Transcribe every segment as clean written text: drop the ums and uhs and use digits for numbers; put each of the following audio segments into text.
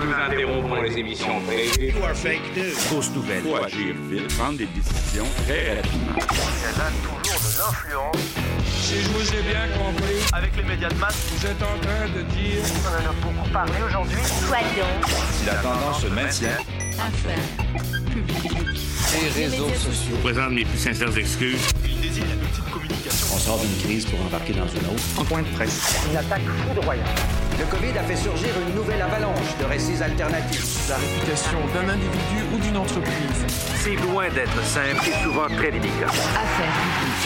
nous interrompons les émissions prévues. Fausses nouvelles. Faut agir vite, prendre des décisions très rapidement. Il y a là toujours de l'influence. Si je vous ai bien compris, Avec les médias de masse, vous êtes en train de dire... on en a beaucoup parlé aujourd'hui. Soyons Si la tendance se maintient, affaires publiques. Les réseaux sociaux. Je présente mes plus sincères excuses. Il désigne un outil de communication. on sort d'une crise pour embarquer dans une autre. En point de presse. Une attaque foudroyante. Le Covid a fait surgir une nouvelle avalanche de récits alternatifs. La réputation d'un individu ou d'une entreprise. C'est loin d'être simple et souvent très délicat. Affaires publiques.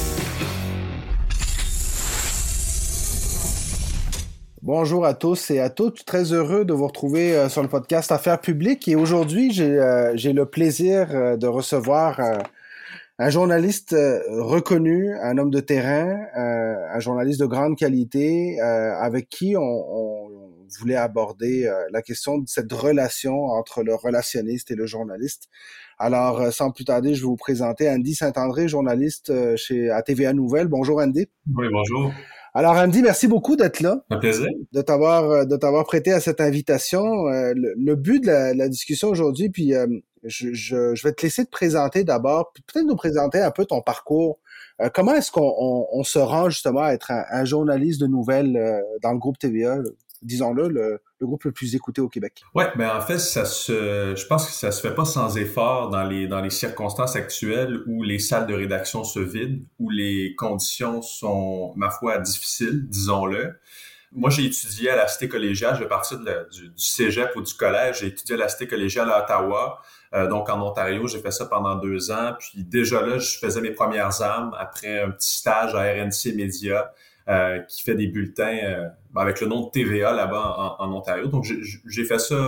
Bonjour à tous et à toutes. Très heureux de vous retrouver sur le podcast Affaires publiques. Et aujourd'hui, j'ai le plaisir de recevoir un journaliste reconnu, un homme de terrain, un journaliste de grande qualité, avec qui on voulait aborder la question de cette relation entre le relationniste et le journaliste. Alors, sans plus tarder, je vais vous présenter Andy Saint-André, journaliste à TVA Nouvelles. Bonjour Andy. Oui, bonjour. Alors Andy, merci beaucoup d'être là. Un plaisir. De t'avoir prêté à cette invitation. Le but de la discussion aujourd'hui, puis je vais te laisser te présenter d'abord, puis peut-être nous présenter un peu ton parcours. Comment est-ce qu'on se rend justement à être un journaliste de nouvelles dans le groupe TVA, disons-le, le groupe le plus écouté au Québec? Ouais, ben en fait, je pense que ça se fait pas sans effort dans les circonstances actuelles où les salles de rédaction se vident, où les conditions sont, ma foi, difficiles, disons-le. Moi, j'ai étudié à la Cité collégiale, je vais partir du cégep ou du collège, j'ai étudié à la Cité collégiale à Ottawa, donc en Ontario, j'ai fait ça pendant 2 ans, puis déjà là, je faisais mes premières armes après un petit stage à RNC Média, qui fait des bulletins avec le nom de TVA là-bas en Ontario. Donc, j'ai fait ça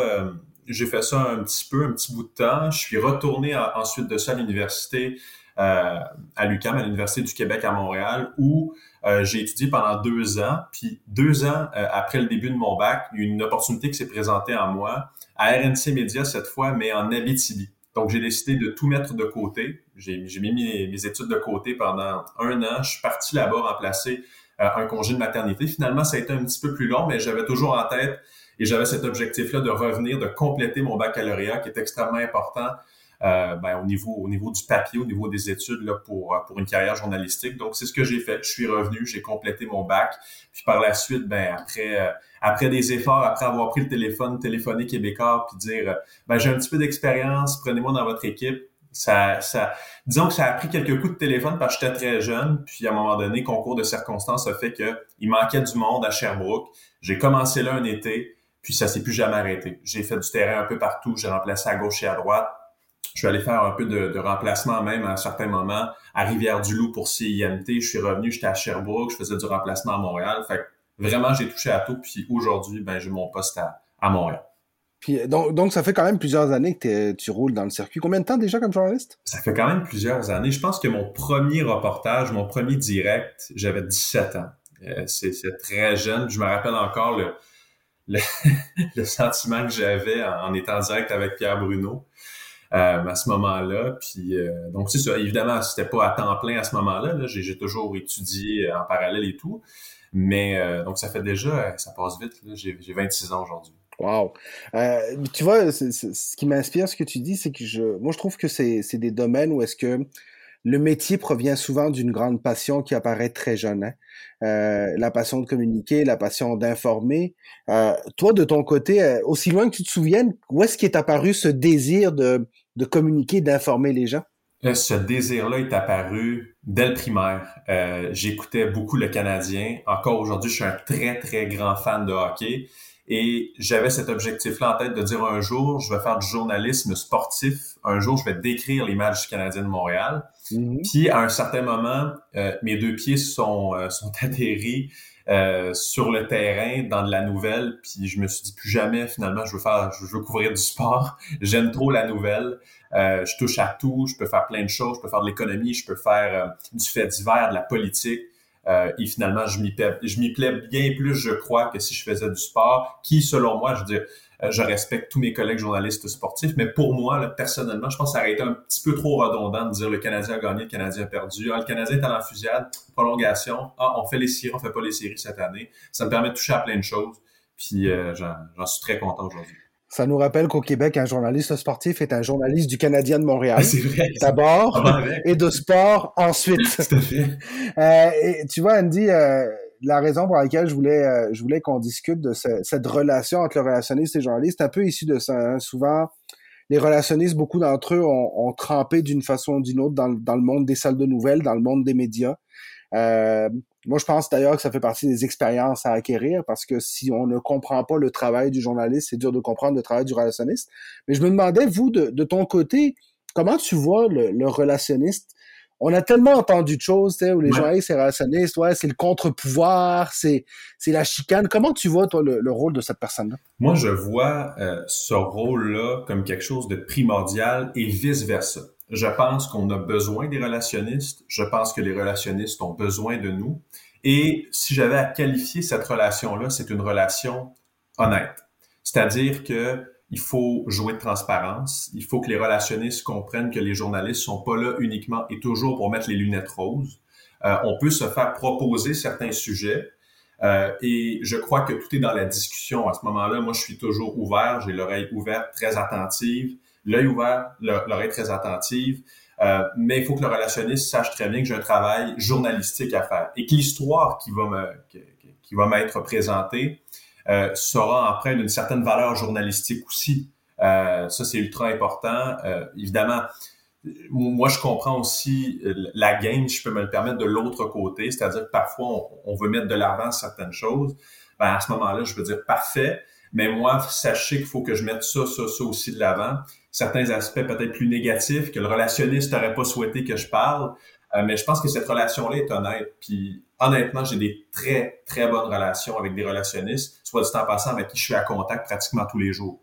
un petit bout de temps. Je suis retourné ensuite de ça à l'université, à l'UQAM, à l'Université du Québec à Montréal, où j'ai étudié pendant 2 ans. Puis 2 ans après le début de mon bac, il y a eu une opportunité qui s'est présentée à moi, à RNC Média cette fois, mais en Abitibi. Donc, j'ai décidé de tout mettre de côté. J'ai mis mes études de côté pendant 1 an. Je suis parti là-bas remplacer un congé de maternité. Finalement, ça a été un petit peu plus long, mais j'avais toujours en tête et j'avais cet objectif-là de revenir, de compléter mon baccalauréat qui est extrêmement important au niveau du papier, au niveau des études là, pour une carrière journalistique. Donc, c'est ce que j'ai fait. Je suis revenu, j'ai complété mon bac. Puis par la suite, après des efforts, après avoir pris le téléphone, téléphoner Québécois, puis dire j'ai un petit peu d'expérience, prenez-moi dans votre équipe. Disons que ça a pris quelques coups de téléphone parce que j'étais très jeune, puis à un moment donné, concours de circonstances a fait que il manquait du monde à Sherbrooke. J'ai commencé là un été, puis ça s'est plus jamais arrêté. J'ai fait du terrain un peu partout, j'ai remplacé à gauche et à droite. Je suis allé faire un peu de remplacement même à un certain moment à Rivière-du-Loup pour CIMT. Je suis revenu, j'étais à Sherbrooke, je faisais du remplacement à Montréal. Fait que vraiment, j'ai touché à tout, puis aujourd'hui, j'ai mon poste à Montréal. Puis donc ça fait quand même plusieurs années que tu roules dans le circuit. Combien de temps déjà comme journaliste? Ça fait quand même plusieurs années. Je pense que mon premier reportage, mon premier direct, j'avais 17 ans. C'est très jeune. Je me rappelle encore le sentiment que j'avais en étant en direct avec Pierre Bruno à ce moment-là. Puis donc c'est ça. Évidemment, c'était pas à temps plein à ce moment-là. Là. J'ai toujours étudié en parallèle et tout. Mais donc ça fait déjà, ça passe vite. Là. J'ai 26 ans aujourd'hui. Wow. Tu vois, ce qui m'inspire, ce que tu dis, c'est que moi, je trouve que c'est des domaines où est-ce que le métier provient souvent d'une grande passion qui apparaît très jeune. Hein? La passion de communiquer, la passion d'informer. Toi, de ton côté, aussi loin que tu te souviennes, où est-ce qu'est apparu ce désir de communiquer, d'informer les gens? Ce désir-là est apparu dès le primaire. J'écoutais beaucoup le Canadien. Encore aujourd'hui, je suis un très, très grand fan de hockey. Et j'avais cet objectif-là en tête de dire un jour, je vais faire du journalisme sportif. Un jour, je vais décrire les matchs du Canadien de Montréal. Mm-hmm. Puis, à un certain moment, mes 2 pieds sont atterris sur le terrain, dans de la nouvelle. Puis, je me suis dit, plus jamais, finalement, je veux couvrir du sport. J'aime trop la nouvelle. Je touche à tout. Je peux faire plein de choses. Je peux faire de l'économie. Je peux faire du fait divers, de la politique. Et finalement, je m'y plais bien plus, je crois, que si je faisais du sport, qui, selon moi, je respecte tous mes collègues journalistes sportifs, mais pour moi, là, personnellement, je pense que ça aurait été un petit peu trop redondant de dire le Canadien a gagné, le Canadien a perdu. Le Canadien est à la fusillade, prolongation. On fait les séries, on fait pas les séries cette année. Ça me permet de toucher à plein de choses. Puis j'en suis très content aujourd'hui. Ça nous rappelle qu'au Québec, un journaliste sportif est un journaliste du Canadien de Montréal. C'est vrai. D'abord, et de sport ensuite. Tout à fait. Et tu vois, Andy, la raison pour laquelle je voulais qu'on discute de cette relation entre le relationniste et le journaliste, c'est un peu issu de ça. Hein. Souvent, les relationnistes, beaucoup d'entre eux ont trempé d'une façon ou d'une autre dans le monde des salles de nouvelles, dans le monde des médias. Moi, je pense d'ailleurs que ça fait partie des expériences à acquérir parce que si on ne comprend pas le travail du journaliste, c'est dur de comprendre le travail du relationniste. Mais je me demandais, vous, de ton côté, comment tu vois le relationniste? On a tellement entendu de choses, tu sais, où les journalistes et les relationnistes, c'est le contre-pouvoir, c'est la chicane. Comment tu vois, toi, le rôle de cette personne-là? Moi, je vois ce rôle-là comme quelque chose de primordial et vice-versa. Je pense qu'on a besoin des relationnistes. Je pense que les relationnistes ont besoin de nous. Et si j'avais à qualifier cette relation-là, c'est une relation honnête. C'est-à-dire que il faut jouer de transparence. Il faut que les relationnistes comprennent que les journalistes sont pas là uniquement et toujours pour mettre les lunettes roses. On peut se faire proposer certains sujets. Et je crois que tout est dans la discussion. À ce moment-là, moi, je suis toujours ouvert. J'ai l'oreille ouverte, très attentive. L'œil ouvert, l'oreille très attentive. Mais il faut que le relationniste sache très bien que j'ai un travail journalistique à faire. Et que l'histoire qui va m'être présentée sera empreinte d'une certaine valeur journalistique aussi. Ça, c'est ultra important. Évidemment, moi, je comprends aussi la game, si je peux me le permettre, de l'autre côté. C'est-à-dire que parfois, on veut mettre de l'avant certaines choses. Ben, à ce moment-là, je veux dire parfait. Mais moi, sachez qu'il faut que je mette ça aussi de l'avant. Certains aspects peut-être plus négatifs que le relationniste n'aurait pas souhaité que je parle. Mais je pense que cette relation-là est honnête. Puis honnêtement, j'ai des très, très bonnes relations avec des relationnistes, soit du temps passant avec qui je suis à contact pratiquement tous les jours.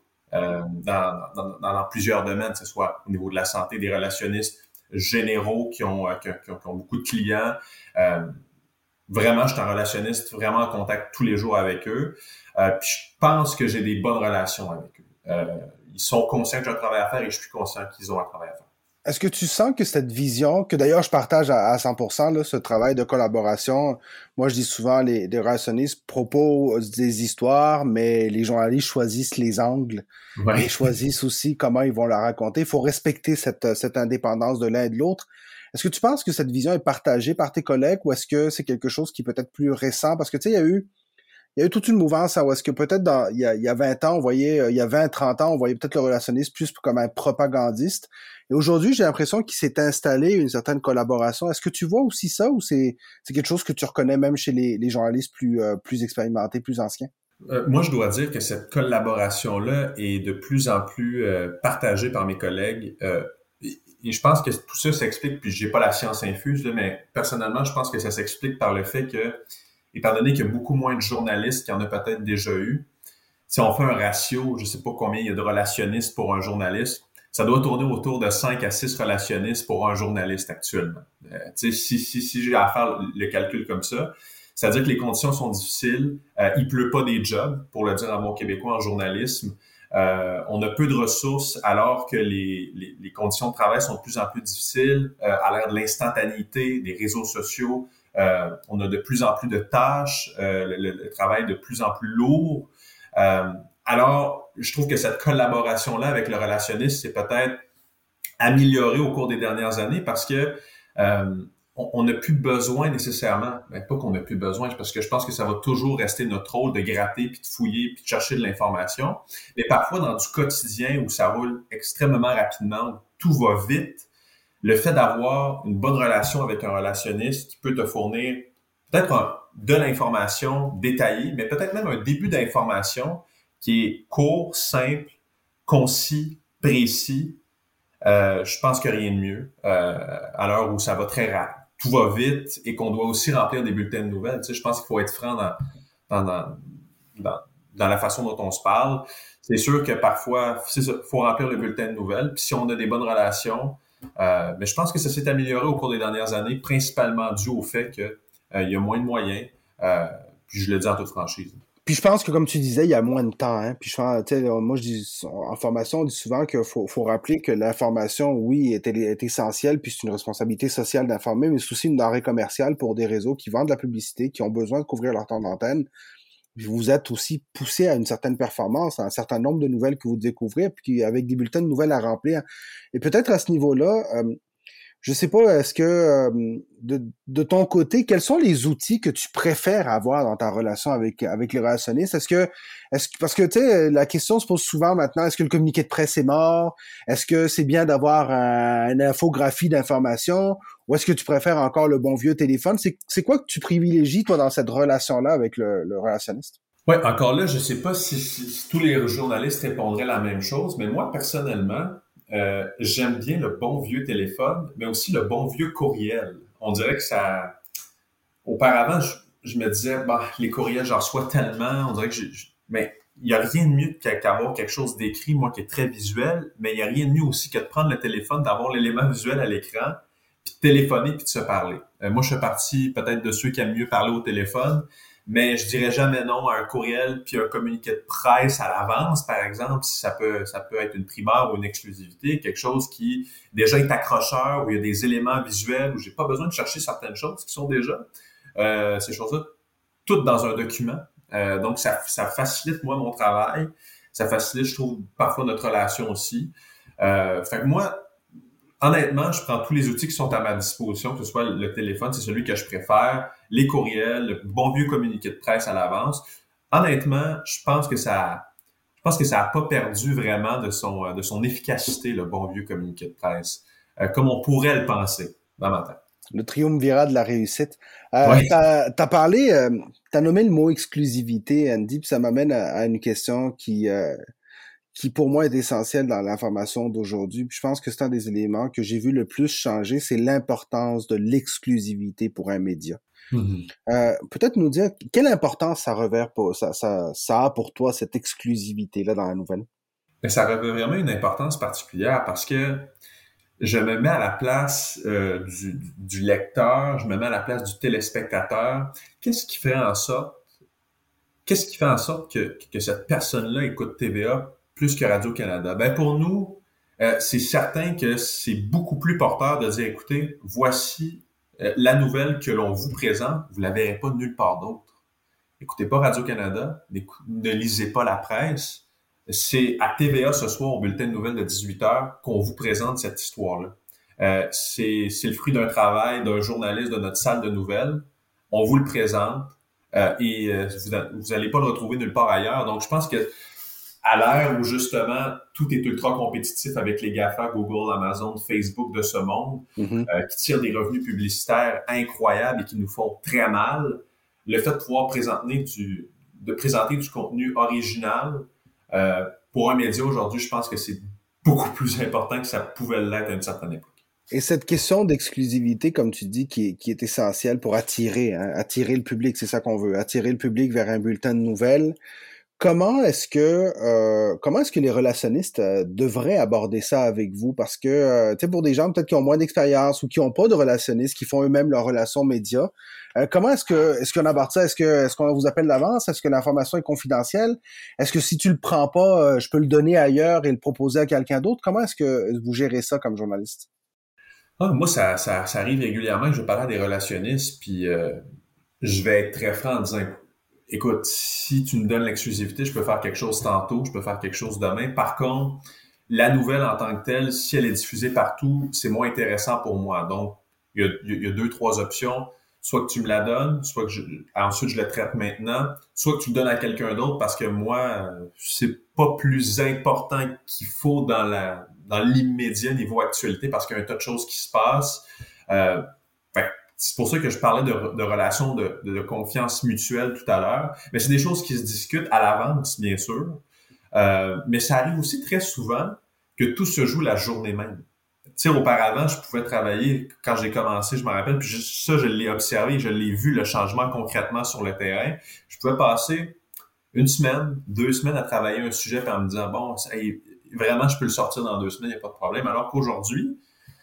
Dans plusieurs domaines, que ce soit au niveau de la santé, des relationnistes généraux qui ont beaucoup de clients. Vraiment, je suis un relationniste vraiment en contact tous les jours avec eux. Puis je pense que j'ai des bonnes relations avec eux. Ils sont conscients que j'ai un travail à faire et je suis conscient qu'ils ont un travail à faire. Est-ce que tu sens que cette vision, que d'ailleurs je partage à 100%, là, ce travail de collaboration, moi je dis souvent les relationnistes proposent des histoires, mais les journalistes choisissent les angles et choisissent aussi comment ils vont la raconter. Il faut respecter cette indépendance de l'un et de l'autre. Est-ce que tu penses que cette vision est partagée par tes collègues ou est-ce que c'est quelque chose qui est peut-être plus récent? Parce que tu sais, il y a eu toute une mouvance, hein, où est-ce que peut-être il y a 20 ans, il y a 20, 30 ans, on voyait peut-être le relationniste plus comme un propagandiste. Et aujourd'hui, j'ai l'impression qu'il s'est installé une certaine collaboration. Est-ce que tu vois aussi ça ou c'est quelque chose que tu reconnais même chez les journalistes plus expérimentés, plus anciens? Moi, je dois dire que cette collaboration-là est de plus en plus partagée par mes collègues. Et je pense que tout ça s'explique, puis j'ai pas la science infuse, là, mais personnellement, je pense que ça s'explique par le fait que, étant donné qu'il y a beaucoup moins de journalistes qu'il y en a peut-être déjà eu, si on fait un ratio, je sais pas combien il y a de relationnistes pour un journaliste, ça doit tourner autour de 5 à 6 relationnistes pour un journaliste actuellement. Si j'ai à faire le calcul comme ça, c'est-à-dire que les conditions sont difficiles, il pleut pas des jobs, pour le dire en bon québécois, en journalisme. On a peu de ressources alors que les conditions de travail sont de plus en plus difficiles, à l'ère de l'instantanéité, des réseaux sociaux. On a de plus en plus de tâches, le travail de plus en plus lourd. Alors, je trouve que cette collaboration-là avec le relationniste s'est peut-être améliorée au cours des dernières années parce que on n'a plus besoin nécessairement, pas qu'on n'a plus besoin, parce que je pense que ça va toujours rester notre rôle de gratter, puis de fouiller, puis de chercher de l'information. Mais parfois, dans du quotidien où ça roule extrêmement rapidement, où tout va vite, le fait d'avoir une bonne relation avec un relationniste qui peut te fournir peut-être de l'information détaillée, mais peut-être même un début d'information qui est court, simple, concis, précis, je pense que rien de mieux à l'heure où ça va très rapide. Tout va vite et qu'on doit aussi remplir des bulletins de nouvelles. Tu sais, je pense qu'il faut être franc dans la façon dont on se parle. C'est sûr que parfois, c'est ça, faut remplir le bulletin de nouvelles. Puis si on a des bonnes relations, mais je pense que ça s'est amélioré au cours des dernières années, principalement dû au fait que il y a moins de moyens. Puis je le dis en toute franchise. Puis je pense que, comme tu disais, il y a moins de temps. Hein? Puis moi, je dis en formation, on dit souvent qu'il faut rappeler que l'information, oui, est essentielle, puis c'est une responsabilité sociale d'informer, mais c'est aussi une denrée commerciale pour des réseaux qui vendent de la publicité, qui ont besoin de couvrir leur temps d'antenne. vous êtes aussi poussé à une certaine performance, à un certain nombre de nouvelles que vous découvrez, puis avec des bulletins de nouvelles à remplir. Et peut-être à ce niveau-là, je sais pas, est-ce que de ton côté, quels sont les outils que tu préfères avoir dans ta relation avec les relationnistes? Parce que tu sais, la question se pose souvent maintenant, est-ce que le communiqué de presse est mort? Est-ce que c'est bien d'avoir une infographie d'informations? Ou est-ce que tu préfères encore le bon vieux téléphone? C'est quoi que tu privilégies, toi, dans cette relation-là avec le relationniste? Ouais, encore là, je sais pas si tous les journalistes répondraient la même chose, mais moi, personnellement, j'aime bien le bon vieux téléphone, mais aussi le bon vieux courriel. On dirait que ça... Auparavant, je me disais, les courriels, j'en reçois tellement, on dirait que mais il n'y a rien de mieux qu'avoir quelque chose d'écrit, moi, qui est très visuel, mais il n'y a rien de mieux aussi que de prendre le téléphone, d'avoir l'élément visuel à l'écran, puis de téléphoner, puis de se parler. Moi, je fais partie peut-être de ceux qui aiment mieux parler au téléphone, mais je dirais jamais non à un courriel puis un communiqué de presse à l'avance, par exemple, si ça peut être une primeur ou une exclusivité, quelque chose qui déjà est accrocheur, où il y a des éléments visuels, où j'ai pas besoin de chercher certaines choses qui sont déjà ces choses-là, toutes dans un document. Donc, ça facilite, moi, mon travail. Ça facilite, je trouve, parfois notre relation aussi. Fait que moi, honnêtement, je prends tous les outils qui sont à ma disposition, que ce soit le téléphone, c'est celui que je préfère, les courriels, le bon vieux communiqué de presse à l'avance. Honnêtement, je pense que ça a pas perdu vraiment de son efficacité, le bon vieux communiqué de presse, comme on pourrait le penser dans ma tête. Le triumvirat de la réussite. Ouais. T'as parlé, t'as nommé le mot exclusivité, Andy, puis ça m'amène à une question qui pour moi est essentielle dans l'information d'aujourd'hui. Puis je pense que c'est un des éléments que j'ai vu le plus changer, c'est l'importance de l'exclusivité pour un média. Mm-hmm. Peut-être nous dire quelle importance ça a pour toi, cette exclusivité-là dans la nouvelle? Mais ça revêt vraiment une importance particulière parce que je me mets à la place du lecteur, je me mets à la place du téléspectateur. Qu'est-ce qui fait en sorte que cette personne-là écoute TVA plus que Radio-Canada? Ben pour nous, c'est certain que c'est beaucoup plus porteur de dire, écoutez, voici la nouvelle que l'on vous présente, vous la verrez pas nulle part d'autre. Écoutez pas Radio-Canada, ne lisez pas la presse. C'est à TVA ce soir, au bulletin de nouvelles de 18h, qu'on vous présente cette histoire-là. C'est le fruit d'un travail d'un journaliste de notre salle de nouvelles. On vous le présente et vous allez pas le retrouver nulle part ailleurs. Donc, je pense que à l'ère où, justement, tout est ultra compétitif avec les GAFA, Google, Amazon, Facebook de ce monde, qui tirent des revenus publicitaires incroyables et qui nous font très mal, le fait de pouvoir présenter du contenu original pour un média aujourd'hui, je pense que c'est beaucoup plus important que ça pouvait l'être à une certaine époque. Et cette question d'exclusivité, comme tu dis, qui est essentielle pour attirer le public, c'est ça qu'on veut, attirer le public vers un bulletin de nouvelles. Comment est-ce que les relationnistes devraient aborder ça avec vous? Parce que, tu sais, pour des gens peut-être qui ont moins d'expérience ou qui n'ont pas de relationnistes, qui font eux-mêmes leurs relations médias, comment est-ce qu'on aborde ça? Est-ce qu'on vous appelle d'avance? Est-ce que l'information est confidentielle? Est-ce que si tu le prends pas, je peux le donner ailleurs et le proposer à quelqu'un d'autre? Comment est-ce que vous gérez ça comme journaliste? Moi, ça arrive régulièrement que je parle à des relationnistes, puis je vais être très franc en disant, écoute, si tu me donnes l'exclusivité, je peux faire quelque chose tantôt, je peux faire quelque chose demain. Par contre, la nouvelle en tant que telle, si elle est diffusée partout, c'est moins intéressant pour moi. Donc, il y a 2-3 options. Soit que tu me la donnes, soit que ensuite je le traite maintenant, soit que tu le donnes à quelqu'un d'autre parce que moi, c'est pas plus important qu'il faut dans l'immédiat niveau actualité parce qu'il y a un tas de choses qui se passent. C'est pour ça que je parlais de relations de confiance mutuelle tout à l'heure. Mais c'est des choses qui se discutent à l'avance, bien sûr. Mais ça arrive aussi très souvent que tout se joue la journée même. Tu sais, auparavant, je pouvais travailler, quand j'ai commencé, je me rappelle, puis ça, je l'ai observé, je l'ai vu, le changement concrètement sur le terrain. Je pouvais passer 1 semaine, 2 semaines à travailler un sujet en me disant, bon, vraiment, je peux le sortir dans 2 semaines, il n'y a pas de problème. Alors qu'aujourd'hui,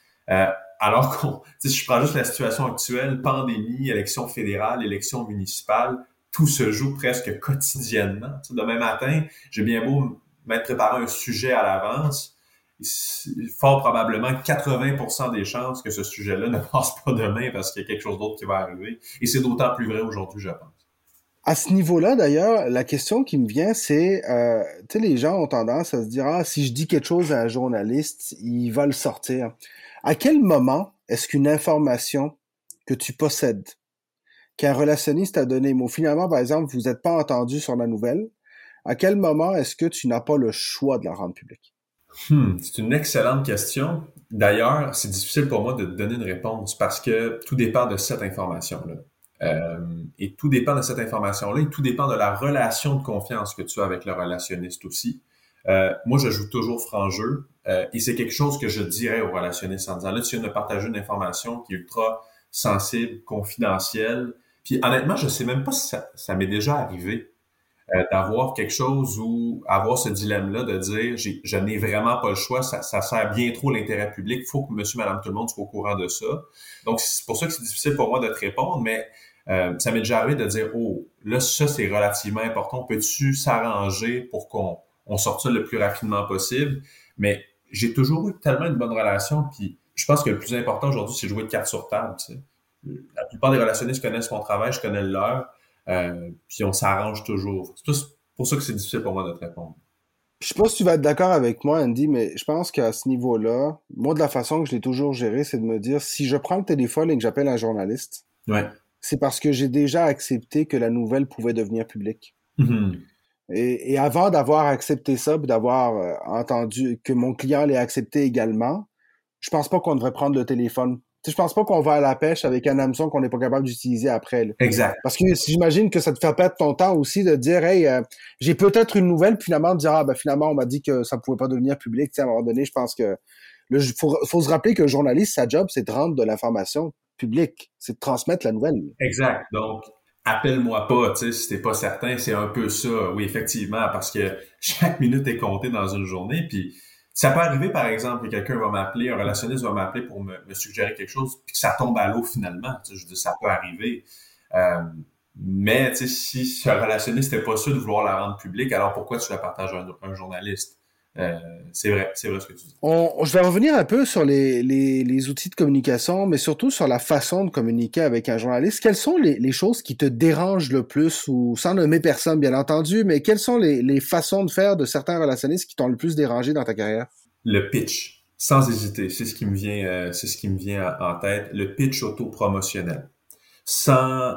si je prends juste la situation actuelle, pandémie, élection fédérale, élection municipale, tout se joue presque quotidiennement. Tu sais, demain matin, j'ai bien beau m'être préparé un sujet à l'avance, fort probablement 80% des chances que ce sujet-là ne passe pas demain parce qu'il y a quelque chose d'autre qui va arriver. Et c'est d'autant plus vrai aujourd'hui, je pense. À ce niveau-là, d'ailleurs, la question qui me vient, c'est, tu sais, les gens ont tendance à se dire, ah, si je dis quelque chose à un journaliste, il va le sortir. À quel moment est-ce qu'une information que tu possèdes, qu'un relationniste t'a donnée, mais finalement, par exemple, vous n'êtes pas entendu sur la nouvelle, à quel moment est-ce que tu n'as pas le choix de la rendre publique? C'est une excellente question. D'ailleurs, c'est difficile pour moi de te donner une réponse parce que tout dépend de cette information-là. Et tout dépend de cette information-là et tout dépend de la relation de confiance que tu as avec le relationniste aussi. Moi, je joue toujours franc jeu et c'est quelque chose que je dirais au relationniste en disant, là, tu viens de me partager une information qui est ultra sensible, confidentielle. Puis honnêtement, je sais même pas si ça m'est déjà arrivé d'avoir quelque chose ou avoir ce dilemme-là de dire, je n'ai vraiment pas le choix, ça sert bien trop l'intérêt public, il faut que monsieur, madame, tout le monde soit au courant de ça. Donc, c'est pour ça que c'est difficile pour moi de te répondre, mais ça m'est déjà arrivé de dire, oh, là, ça, c'est relativement important. Peux-tu s'arranger pour qu'on sorte ça le plus rapidement possible? Mais j'ai toujours eu tellement une bonne relation, puis je pense que le plus important aujourd'hui, c'est de jouer de cartes sur table, tu sais. La plupart des relationnistes connaissent mon travail, je connais le leur, puis on s'arrange toujours. C'est pour ça que c'est difficile pour moi de te répondre. Je sais pas si tu vas être d'accord avec moi, Andy, mais je pense qu'à ce niveau-là, moi, de la façon que je l'ai toujours géré, c'est de me dire, si je prends le téléphone et que j'appelle un journaliste, ouais, c'est parce que j'ai déjà accepté que la nouvelle pouvait devenir publique. Mm-hmm. Et avant d'avoir accepté ça, puis d'avoir entendu que mon client l'ait accepté également, je pense pas qu'on devrait prendre le téléphone. Tu sais, je pense pas qu'on va à la pêche avec un hameçon qu'on n'est pas capable d'utiliser après. Là. Exact. Parce que j'imagine que ça te fait perdre ton temps aussi de dire, hey, j'ai peut-être une nouvelle, puis finalement de dire, ah ben finalement on m'a dit que ça pouvait pas devenir public. Tu sais, à un moment donné, je pense que faut se rappeler que le journaliste, sa job, c'est de rendre de l'information publique, c'est de transmettre la nouvelle. Exact. Donc appelle-moi pas, tu sais, si t'es pas certain, c'est un peu ça. Oui, effectivement, parce que chaque minute est comptée dans une journée, puis ça peut arriver, par exemple, que quelqu'un va m'appeler, un relationniste va m'appeler pour me suggérer quelque chose, puis que ça tombe à l'eau finalement. Tu sais, je veux dire, ça peut arriver. Mais tu sais, si ce relationniste n'est pas sûr de vouloir la rendre publique, alors pourquoi tu la partages à un journaliste? C'est vrai ce que tu dis. Je vais revenir un peu sur les outils de communication, mais surtout sur la façon de communiquer avec un journaliste. Quelles sont les choses qui te dérangent le plus, ou sans nommer personne, bien entendu, mais quelles sont les façons de faire de certains relationnistes qui t'ont le plus dérangé dans ta carrière? Le pitch, sans hésiter, c'est ce qui me vient en tête. Le pitch autopromotionnel, sans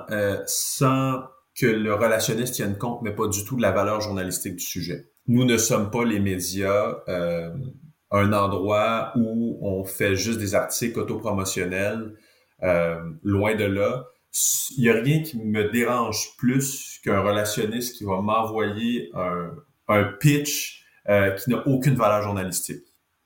que le relationniste tienne compte, mais pas du tout de la valeur journalistique du sujet. Nous ne sommes pas les médias, un endroit où on fait juste des articles autopromotionnels, loin de là. Il n'y a rien qui me dérange plus qu'un relationniste qui va m'envoyer un pitch qui n'a aucune valeur journalistique,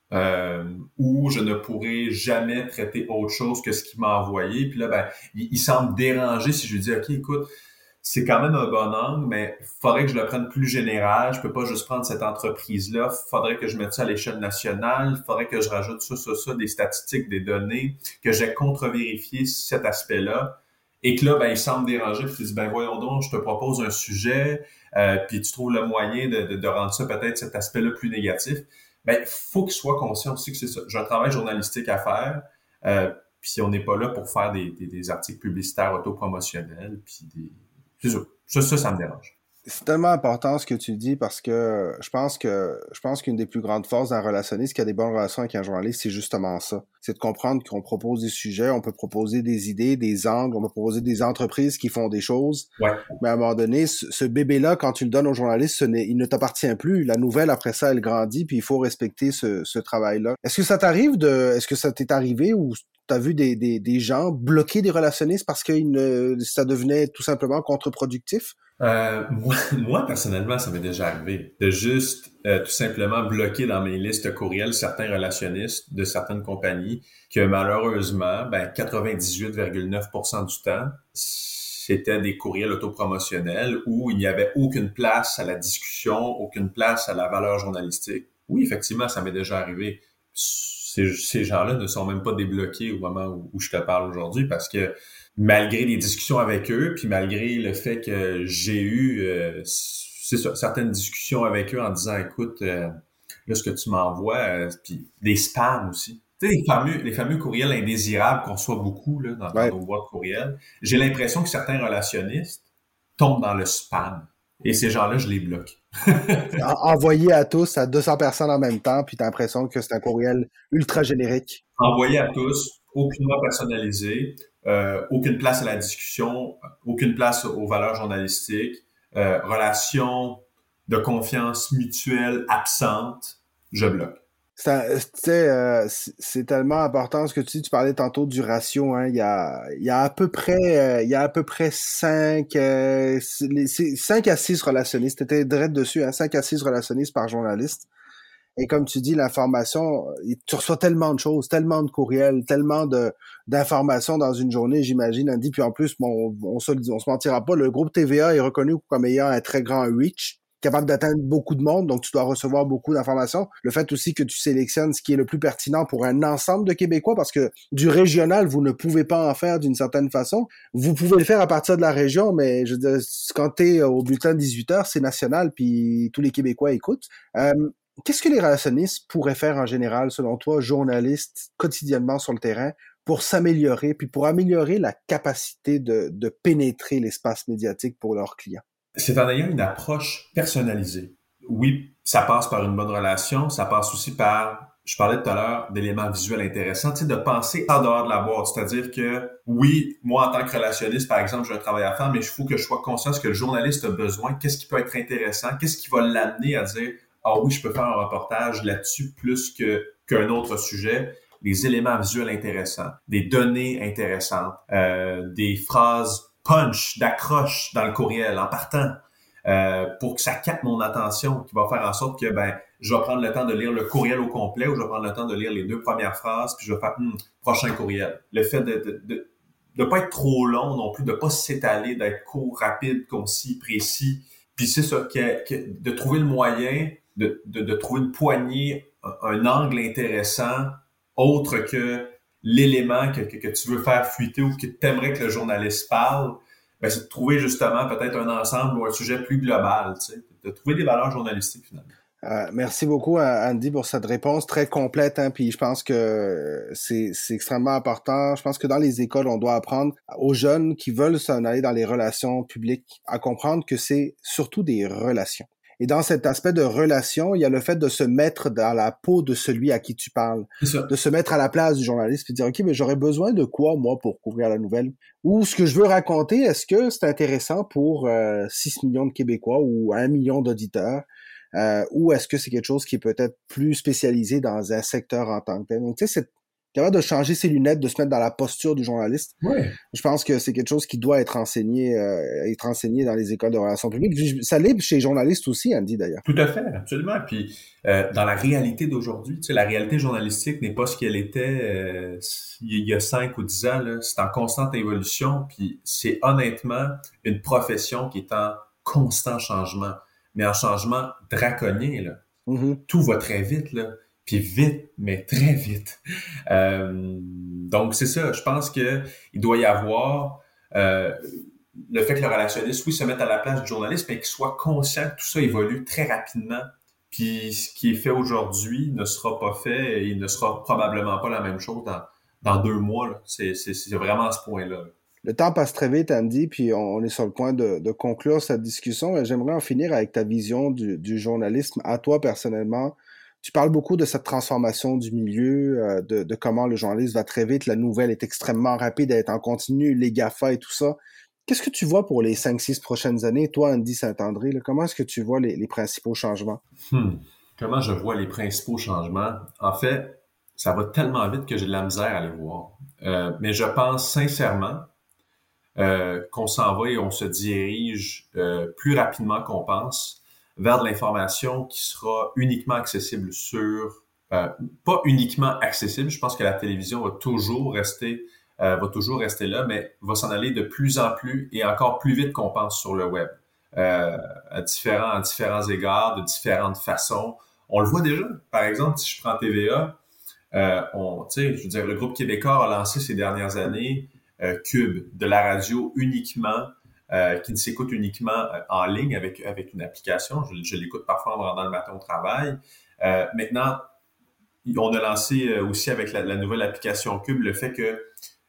où je ne pourrai jamais traiter autre chose que ce qu'il m'a envoyé. Puis là, ben, il semble déranger si je lui dis, OK, écoute, c'est quand même un bon angle, mais il faudrait que je le prenne plus général. Je peux pas juste prendre cette entreprise-là. Il faudrait que je mette ça à l'échelle nationale. Il faudrait que je rajoute ça, des statistiques, des données, que j'ai contre-vérifié cet aspect-là. Et que là, ben, il semble déranger. Puis tu dis, ben, voyons donc, je te propose un sujet, puis tu trouves le moyen de rendre ça peut-être cet aspect-là plus négatif. Ben, faut qu'il soit conscient aussi que c'est ça. J'ai un travail journalistique à faire. Puis on n'est pas là pour faire des articles publicitaires autopromotionnels, puis c'est ça me dérange. C'est tellement important ce que tu dis parce que je pense qu'une des plus grandes forces d'un relationniste qui a des bonnes relations avec un journaliste, c'est justement ça. C'est de comprendre qu'on propose des sujets, on peut proposer des idées, des angles, on peut proposer des entreprises qui font des choses. Ouais. Mais à un moment donné, ce bébé-là, quand tu le donnes au journaliste, il ne t'appartient plus. La nouvelle, après ça, elle grandit, puis il faut respecter ce travail-là. Est-ce que ça t'est arrivé ou t'as vu des gens bloquer des relationnistes parce que ça devenait tout simplement contre-productif? Moi, personnellement, ça m'est déjà arrivé de juste tout simplement bloquer dans mes listes courriels certains relationnistes de certaines compagnies que malheureusement, 98,9% du temps, c'était des courriels autopromotionnels où il n'y avait aucune place à la discussion, aucune place à la valeur journalistique. Oui, effectivement, ça m'est déjà arrivé. Ces gens-là ne sont même pas débloqués au moment où je te parle aujourd'hui parce que malgré les discussions avec eux, puis malgré le fait que j'ai eu certaines discussions avec eux en disant, écoute, là, ce que tu m'envoies, puis des spams aussi. Tu sais, les fameux courriels indésirables qu'on reçoit beaucoup là, dans nos boîtes courriels. J'ai l'impression que certains relationnistes tombent dans le spam. Et ces gens-là, je les bloque. Envoyé à tous, à 200 personnes en même temps, puis t'as l'impression que c'est un courriel ultra générique. Envoyé à tous, aucunement personnalisé, aucune place à la discussion, aucune place aux valeurs journalistiques, relations de confiance mutuelle absentes, je bloque. C'est tellement important ce que tu dis. Tu parlais tantôt du ratio. Hein. Il y a à peu près 5 à 6 relationnistes. Tu étais direct dessus, hein, 5 à 6 relationnistes par journaliste. Et comme tu dis, l'information, tu reçois tellement de choses, tellement de courriels, tellement d'informations dans une journée, j'imagine, Andy. Puis en plus, bon, on se mentira pas, le groupe TVA est reconnu comme ayant un très grand reach, capable d'atteindre beaucoup de monde, donc tu dois recevoir beaucoup d'informations. Le fait aussi que tu sélectionnes ce qui est le plus pertinent pour un ensemble de Québécois, parce que du régional, vous ne pouvez pas en faire d'une certaine façon. Vous pouvez le faire à partir de la région, mais je veux dire, quand t'es au bulletin de 18h, c'est national, puis tous les Québécois écoutent. Qu'est-ce que les relationnistes pourraient faire en général, selon toi, journalistes, quotidiennement sur le terrain, pour s'améliorer, puis pour améliorer la capacité de pénétrer l'espace médiatique pour leurs clients? C'est en ayant une approche personnalisée. Oui, ça passe par une bonne relation, ça passe aussi par, je parlais tout à l'heure, d'éléments visuels intéressants, tu sais, de penser en dehors de la boîte. C'est-à-dire que, oui, moi, en tant que relationniste, par exemple, j'ai un travail à faire, mais il faut que je sois conscient de ce que le journaliste a besoin, qu'est-ce qui peut être intéressant, qu'est-ce qui va l'amener à dire « Ah oui, je peux faire un reportage là-dessus plus qu'un autre sujet ». Des éléments visuels intéressants, des données intéressantes, des phrases punch, d'accroche dans le courriel en partant pour que ça capte mon attention, qui va faire en sorte que je vais prendre le temps de lire le courriel au complet ou je vais prendre le temps de lire les 2 premières phrases puis je vais faire prochain courriel. Le fait de pas être trop long non plus, de pas s'étaler, d'être court, rapide, concis, précis. Puis c'est ça, de trouver le moyen de trouver une poignée, un angle intéressant autre que l'élément que tu veux faire fuiter ou que tu aimerais que le journaliste parle, c'est de trouver justement peut-être un ensemble ou un sujet plus global, tu sais, de trouver des valeurs journalistiques finalement. Merci beaucoup Andy pour cette réponse très complète, hein, puis je pense que c'est extrêmement important. Je pense que dans les écoles, on doit apprendre aux jeunes qui veulent s'en aller dans les relations publiques à comprendre que c'est surtout des relations. Et dans cet aspect de relation, il y a le fait de se mettre dans la peau de celui à qui tu parles, de se mettre à la place du journaliste et de dire « OK, mais j'aurais besoin de quoi, moi, pour couvrir la nouvelle? Ou ce que je veux raconter, est-ce que c'est intéressant pour 6 millions de Québécois ou 1 million d'auditeurs? Ou est-ce que c'est quelque chose qui est peut-être plus spécialisé dans un secteur en tant que tel? » Donc, tu sais, c'est capable de changer ses lunettes, de se mettre dans la posture du journaliste. Oui. Je pense que c'est quelque chose qui doit être enseigné dans les écoles de relations publiques. Ça l'est chez les journalistes aussi, Andy, d'ailleurs. Tout à fait, absolument. Puis, dans la réalité d'aujourd'hui, tu sais, la réalité journalistique n'est pas ce qu'elle était il y a 5 ou 10 ans. Là. C'est en constante évolution. Puis, c'est honnêtement une profession qui est en constant changement. Mais en changement draconien, là. Mm-hmm. Tout va très vite, là. Puis vite, mais très vite. Donc, c'est ça. Je pense que il doit y avoir le fait que le relationniste, oui, se mette à la place du journaliste, mais qu'il soit conscient que tout ça évolue très rapidement. Puis ce qui est fait aujourd'hui ne sera pas fait et ne sera probablement pas la même chose dans 2 mois. Là. C'est vraiment à ce point-là. Le temps passe très vite, Andy, puis on est sur le point de conclure cette discussion. Et j'aimerais en finir avec ta vision du journalisme à toi personnellement. Tu parles beaucoup de cette transformation du milieu, de comment le journaliste va très vite, la nouvelle est extrêmement rapide, elle est en continu, les GAFA et tout ça. Qu'est-ce que tu vois pour les 5-6 prochaines années, toi, Andy Saint-André? Là, comment est-ce que tu vois les principaux changements? Comment je vois les principaux changements? En fait, ça va tellement vite que j'ai de la misère à les voir. Mais je pense sincèrement qu'on s'en va et on se dirige plus rapidement qu'on pense vers de l'information qui sera uniquement accessible sur... pas uniquement accessible, je pense que la télévision va toujours rester là, mais va s'en aller de plus en plus et encore plus vite qu'on pense sur le web. À différents égards, de différentes façons. On le voit déjà. Par exemple, si je prends TVA, je veux dire, le groupe québécois a lancé ces dernières années Cube, de la radio uniquement, qui ne s'écoute uniquement en ligne avec une application. Je l'écoute parfois en me rendant le matin au travail. Maintenant, on a lancé aussi avec la nouvelle application Cube le fait que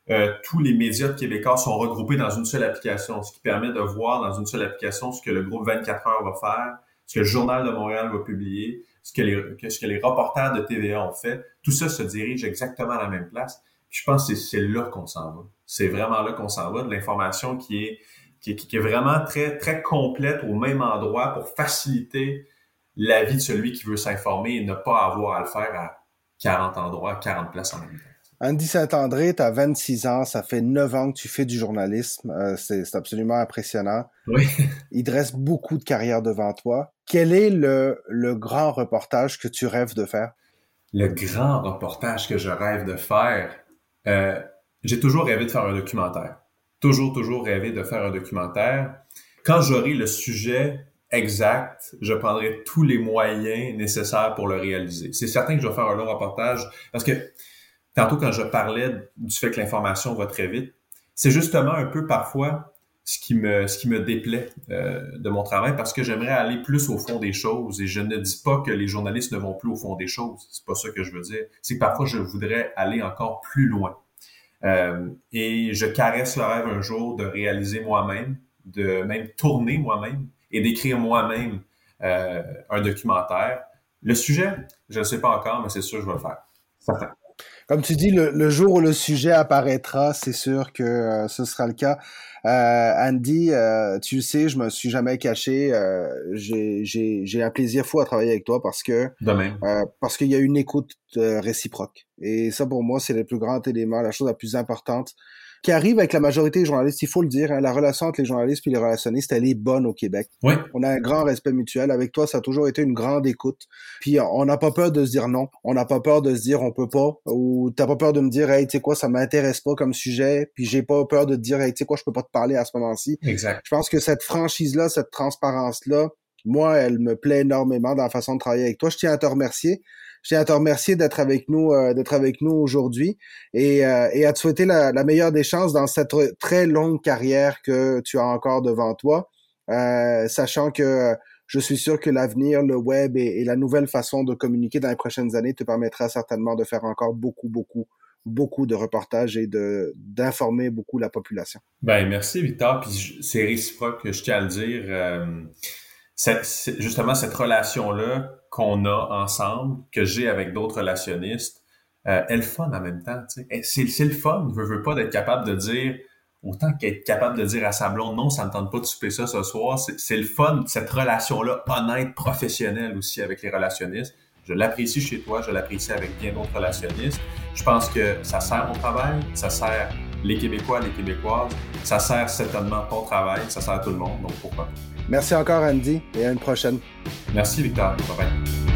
tous les médias de Québécois sont regroupés dans une seule application, ce qui permet de voir dans une seule application ce que le groupe 24 heures va faire, ce que le Journal de Montréal va publier, ce que les reporters de TVA ont fait. Tout ça se dirige exactement à la même place. Puis je pense que c'est là qu'on s'en va. C'est vraiment là qu'on s'en va, de l'information qui est vraiment très, très complète au même endroit pour faciliter la vie de celui qui veut s'informer et ne pas avoir à le faire à 40 endroits, 40 places en même temps. Andy Saint-André, tu as 26 ans, ça fait 9 ans que tu fais du journalisme. C'est absolument impressionnant. Oui. Il te reste beaucoup de carrière devant toi. Quel est le grand reportage que tu rêves de faire? Le grand reportage que je rêve de faire? J'ai toujours rêvé de faire un documentaire. Toujours rêvé de faire un documentaire. Quand j'aurai le sujet exact, je prendrai tous les moyens nécessaires pour le réaliser. C'est certain que je vais faire un long reportage parce que tantôt, quand je parlais du fait que l'information va très vite, c'est justement un peu parfois ce qui me déplaît de mon travail parce que j'aimerais aller plus au fond des choses et je ne dis pas que les journalistes ne vont plus au fond des choses. C'est pas ça que je veux dire. C'est que parfois, je voudrais aller encore plus loin. Et je caresse le rêve un jour de réaliser moi-même, de même tourner moi-même et d'écrire moi-même un documentaire. Le sujet, je ne sais pas encore, mais c'est sûr que je vais le faire. Certain. Comme tu dis, le jour où le sujet apparaîtra, c'est sûr que ce sera le cas. Andy, tu le sais, je me suis jamais caché. J'ai un plaisir fou à travailler avec toi parce que parce qu'il y a une écoute réciproque. Et ça, pour moi, c'est le plus grand élément, la chose la plus importante qui arrive avec la majorité des journalistes. Il faut le dire, hein, la relation entre les journalistes et les relationnistes, elle est bonne au Québec. Oui. On a un grand respect mutuel. Avec toi, ça a toujours été une grande écoute. Puis on n'a pas peur de se dire non. On n'a pas peur de se dire on peut pas. Ou t'as pas peur de me dire hey, tu sais quoi, ça m'intéresse pas comme sujet. Puis j'ai pas peur de te dire hey, tu sais quoi, je peux pas te parler à ce moment-ci. Exact. Je pense que cette franchise-là, cette transparence-là, moi, elle me plaît énormément dans la façon de travailler avec toi. Je tiens à te remercier. Je tiens à te remercier d'être avec nous aujourd'hui et à te souhaiter la meilleure des chances dans cette très longue carrière que tu as encore devant toi, sachant que je suis sûr que l'avenir, le web et la nouvelle façon de communiquer dans les prochaines années te permettra certainement de faire encore beaucoup de reportages et d'informer beaucoup la population. Ben merci Victor, puis c'est réciproque, je tiens à le dire. C'est justement cette relation-là qu'on a ensemble, que j'ai avec d'autres relationnistes, elle est le fun en même temps. C'est le fun, veux pas d'être capable de dire, autant qu'être capable de dire à sa blonde, non, ça ne tente pas de souper ça ce soir. C'est le fun, cette relation-là honnête, professionnelle aussi avec les relationnistes. Je l'apprécie chez toi, je l'apprécie avec bien d'autres relationnistes. Je pense que ça sert mon travail, ça sert les Québécois, les Québécoises, ça sert certainement ton travail, ça sert à tout le monde, donc pourquoi pas. Merci encore Andy et à une prochaine. Merci Victor, bye bye.